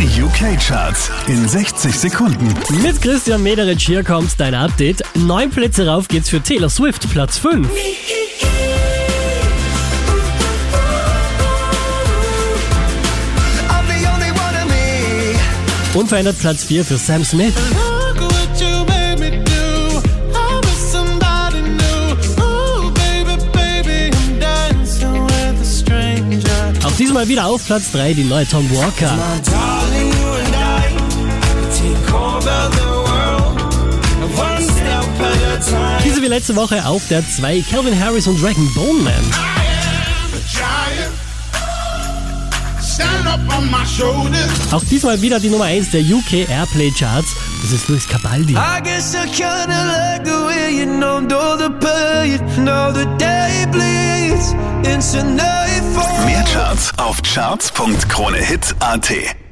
Die UK-Charts in 60 Sekunden. Mit Christian Mederitsch hier kommt dein Update. 9 Plätze rauf geht's für Taylor Swift, Platz 5. Unverändert Platz 4 für Sam Smith. Auch diesmal wieder auf Platz 3 die neue Tom Walker. Diese wie letzte Woche auf der 2 Calvin Harris und Dragon Bone Man. Auch diesmal wieder die Nummer 1 der UK Airplay Charts. Das ist Luis Capaldi. Mehr Charts auf charts.kronehit.at.